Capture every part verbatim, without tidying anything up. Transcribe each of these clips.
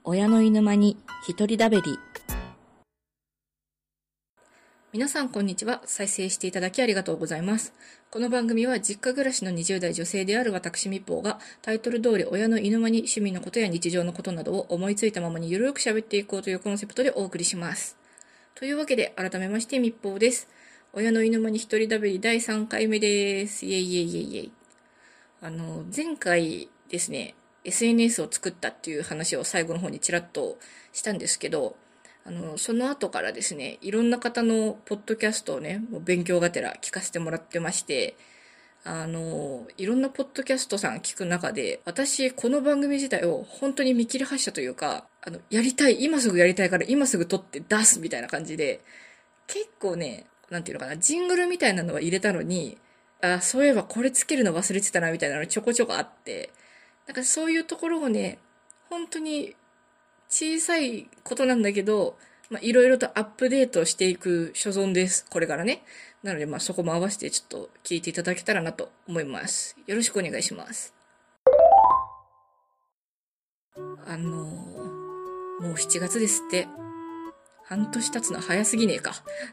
親の犬間に一人だべり。 皆さんこんにちは。再生していただきありがとうございます。この番組は実家暮らしのにじゅう代女性である私みっぽうがタイトル通り親の犬間に趣味のことや日常のことなどを思いついたままにゆるく喋っていこうというコンセプトでお送りします。というわけで改めましてみっぽうです。親の犬間に一人だべりだいさんかいめです。イエイイエイイエイイエイ。あの、前回ですね、エスエヌエス を作ったっていう話を最後の方にちらっとしたんですけど、あの、その後からですね、いろんな方のポッドキャストをね、もう勉強がてら聞かせてもらってまして、あの、いろんなポッドキャストさん聞く中で、私、この番組自体を本当に見切り発車というか、あの、やりたい、今すぐやりたいから今すぐ撮って出すみたいな感じで、結構ね、なんていうのかな、ジングルみたいなのは入れたのに、あ、そういえばこれつけるの忘れてたなみたいなのちょこちょこあって、なんかそういうところをね、本当に小さいことなんだけど、まあ、いろいろとアップデートしていく所存です。これからね。なので、まあ、そこも合わせてちょっと聞いていただけたらなと思います。よろしくお願いします。あのー、もうしちがつですって。半年経つの早すぎねえか。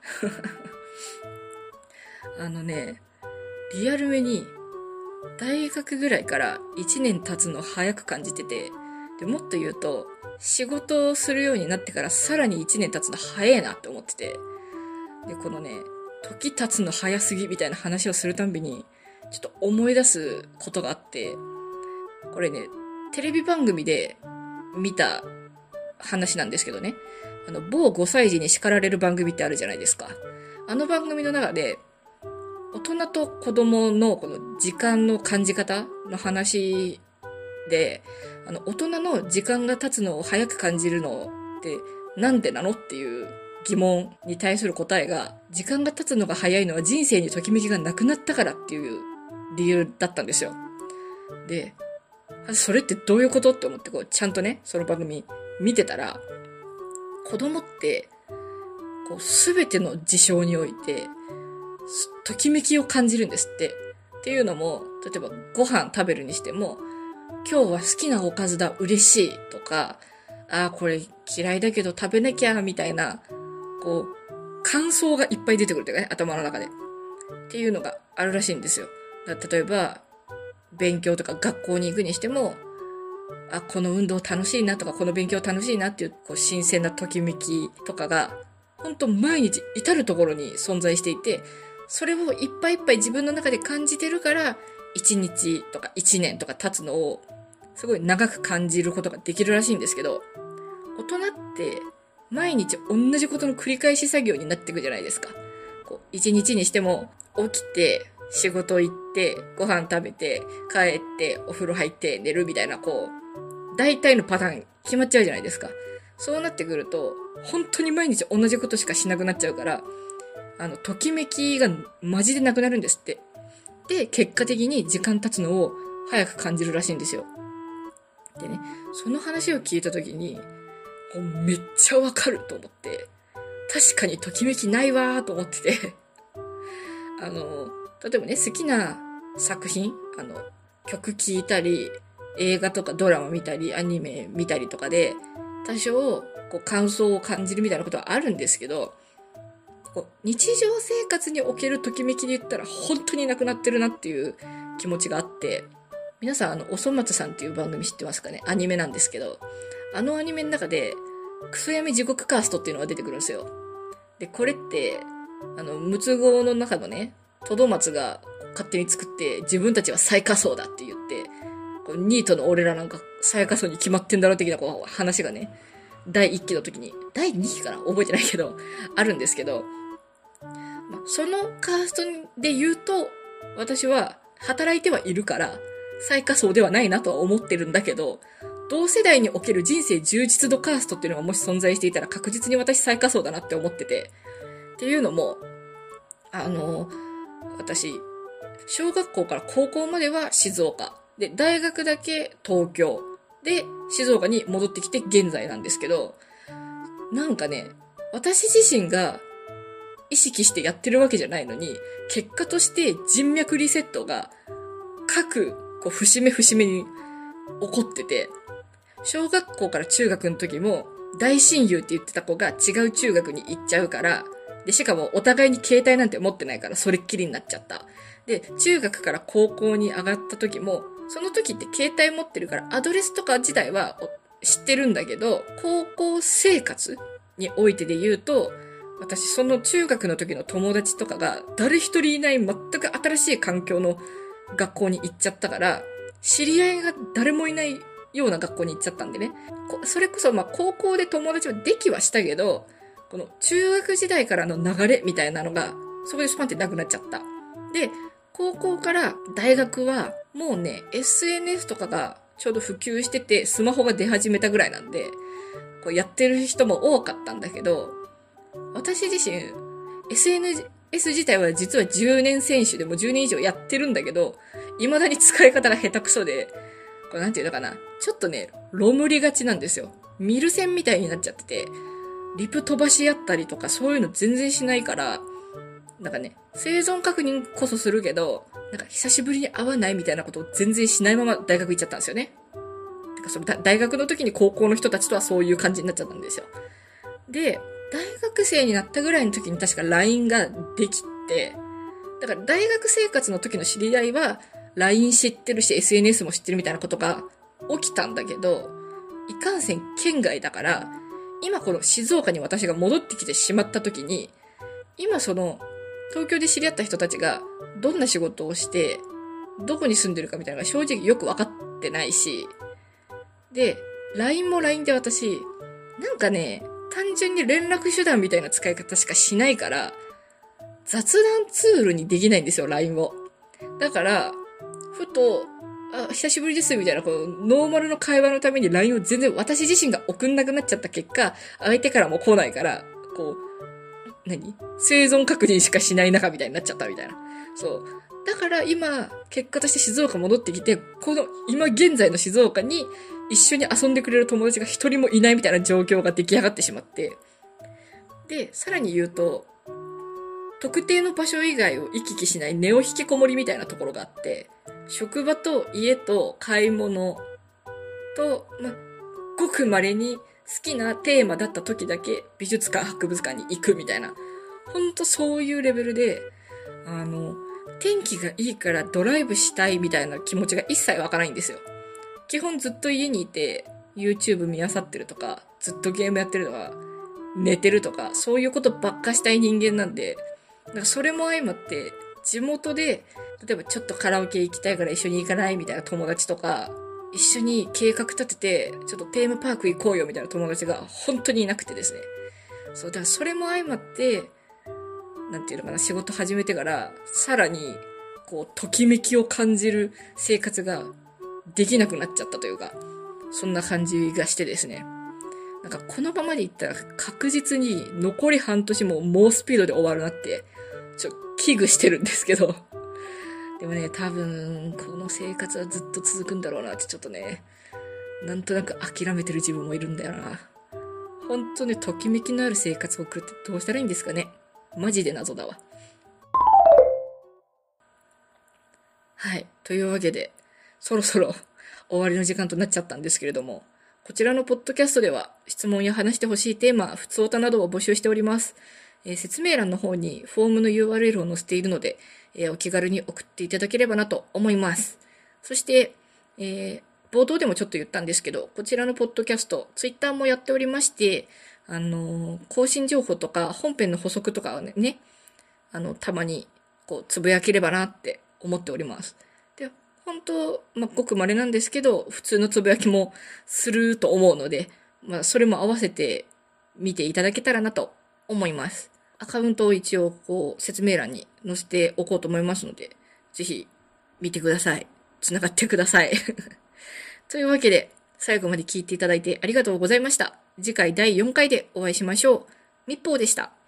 あのね、リアルめに、大学ぐらいからいちねん経つの早く感じてて、でもっと言うと、仕事をするようになってからさらにいちねん経つの早いなって思ってて、で、このね、時経つの早すぎみたいな話をするたんびに、ちょっと思い出すことがあって、これね、テレビ番組で見た話なんですけどね、あの、某ごさい児に叱られる番組ってあるじゃないですか。あの番組の中で、大人と子供のこの時間の感じ方の話で、あの、大人の時間が経つのを早く感じるのってなんでなのっていう疑問に対する答えが、時間が経つのが早いのは人生にときめきがなくなったからっていう理由だったんですよ。で、それってどういうことって思ってこう、ちゃんとね、その番組見てたら、子供って、こう、すべての事象において、ときめきを感じるんですって。っていうのも、例えばご飯食べるにしても、今日は好きなおかずだ、嬉しいとか、ああ、これ嫌いだけど食べなきゃ、みたいな、こう、感想がいっぱい出てくるというかね、頭の中で。っていうのがあるらしいんですよ。例えば、勉強とか学校に行くにしても、あ、この運動楽しいなとか、この勉強楽しいなっていう、こう、新鮮なときめきとかが、ほんと毎日至るところに存在していて、それをいっぱいいっぱい自分の中で感じてるから、いちにちとかいちねんとか経つのを、すごい長く感じることができるらしいんですけど、大人って毎日同じことの繰り返し作業になっていくじゃないですか。こう一日にしても起きて仕事行ってご飯食べて帰ってお風呂入って寝るみたいなこう大体のパターン決まっちゃうじゃないですか。そうなってくると本当に毎日同じことしかしなくなっちゃうから、あのときめきがマジでなくなるんですって。で結果的に時間経つのを早く感じるらしいんですよ。でね、その話を聞いたときに、めっちゃわかると思って、確かにときめきないわーと思ってて、あの、例えばね、好きな作品、あの、曲聴いたり、映画とかドラマ見たり、アニメ見たりとかで、多少、こう、感想を感じるみたいなことはあるんですけど、こう日常生活におけるときめきで言ったら、本当になくなってるなっていう気持ちがあって、皆さん、あの、おそ松さんっていう番組知ってますかね？アニメなんですけど、あのアニメの中で、クソ闇地獄カーストっていうのが出てくるんですよ。で、これって、あの、六つ子の中のね、トドマツが勝手に作って、自分たちは最下層だって言って、こうニートの俺らなんか最下層に決まってんだろ的なこう話がね、だいいっきの時に、だいにきかな覚えてないけど、あるんですけど、まあ、そのカーストで言うと、私は働いてはいるから、最下層ではないなとは思ってるんだけど、同世代における人生充実度カーストっていうのがもし存在していたら確実に私最下層だなって思ってて。っていうのも、あの、私、小学校から高校までは静岡。で、大学だけ東京。で、静岡に戻ってきて現在なんですけど、なんかね、私自身が意識してやってるわけじゃないのに、結果として人脈リセットが各こう節目節目に起こってて、 小学校から中学の時も大親友って言ってた子が違う中学に行っちゃうから、で、しかもお互いに携帯なんて持ってないからそれっきりになっちゃった。で、中学から高校に上がった時も、その時って携帯持ってるからアドレスとか自体は知ってるんだけど、高校生活においてで言うと、私その中学の時の友達とかが誰一人いない全く新しい環境の学校に行っちゃったから、知り合いが誰もいないような学校に行っちゃったんでね。それこそまあ高校で友達はできはしたけど、この中学時代からの流れみたいなのがそこでスパンってなくなっちゃった。で、高校から大学はもうね、エスエヌエス とかがちょうど普及しててスマホが出始めたぐらいなんで、こうやってる人も多かったんだけど、私自身 エスエヌエス 自体は実はじゅうねん選手でもじゅうねん以上やってるんだけど、未だに使い方が下手くそで、これなんていうのかな、ちょっとね、ロムりがちなんですよ。ミル線みたいになっちゃってて、リプ飛ばし合ったりとかそういうの全然しないから、なんかね、生存確認こそするけど、なんか久しぶりに会わないみたいなことを全然しないまま大学行っちゃったんですよね。てかその大学の時に高校の人たちとはそういう感じになっちゃったんですよ。で、大学生になったぐらいの時に確か ライン ができて、だから大学生活の時の知り合いは ライン 知ってるし エスエヌエス も知ってるみたいなことが起きたんだけど、いかんせん県外だから、今この静岡に私が戻ってきてしまった時に、今その東京で知り合った人たちがどんな仕事をしてどこに住んでるかみたいなのが正直よく分かってないし、で ライン も ライン で私なんかね、単純に連絡手段みたいな使い方しかしないから雑談ツールにできないんですよ、 ライン を。だからふとあ久しぶりですみたいなこうノーマルの会話のために ライン を全然私自身が送んなくなっちゃった結果、相手からも来ないからこう何生存確認しかしない中みたいになっちゃったみたいな。そう。だから今、結果として静岡戻ってきて、この今現在の静岡に一緒に遊んでくれる友達が一人もいないみたいな状況が出来上がってしまって。で、さらに言うと、特定の場所以外を行き来しないネオ引きこもりみたいなところがあって、職場と家と買い物と、ま、ごく稀に好きなテーマだった時だけ美術館、博物館に行くみたいな。ほんとそういうレベルで、あの、天気がいいからドライブしたいみたいな気持ちが一切湧かないんですよ。基本ずっと家にいて YouTube 見漁ってるとか、ずっとゲームやってるとか、寝てるとか、そういうことばっかしたい人間なんで、なんかそれも相まって地元で、例えばちょっとカラオケ行きたいから一緒に行かないみたいな友達とか、一緒に計画立てて、ちょっとテーマパーク行こうよみたいな友達が本当にいなくてですね。そう、だからそれも相まって、なんていうのかな、仕事始めてから、さらに、こう、ときめきを感じる生活ができなくなっちゃったというか、そんな感じがしてですね。なんかこのままでいったら確実に残り半年も猛スピードで終わるなって、ちょっと危惧してるんですけど。でもね、多分、この生活はずっと続くんだろうなって、ちょっとね、なんとなく諦めてる自分もいるんだよな。ほんとね、ときめきのある生活を送るってどうしたらいいんですかね。マジで謎だわ。はい。というわけで、そろそろ終わりの時間となっちゃったんですけれども、こちらのポッドキャストでは質問や話してほしいテーマ、ふつおたなどを募集しております。えー、説明欄の方にフォームの ユーアールエル を載せているので、えー、お気軽に送っていただければなと思います。そして、えー、冒頭でもちょっと言ったんですけど、こちらのポッドキャスト、ツイッターもやっておりまして、あのー、更新情報とか本編の補足とかをね、ねあの、たまにこうつぶやければなって思っております。で、本当、まあ、ごく稀なんですけど、普通のつぶやきもすると思うので、まあ、それも合わせて見ていただけたらなと思います。アカウントを一応こう説明欄に載せておこうと思いますので、ぜひ見てください。つながってください。というわけで、最後まで聞いていただいてありがとうございました。次回だいよんかいでお会いしましょう。みっぽうでした。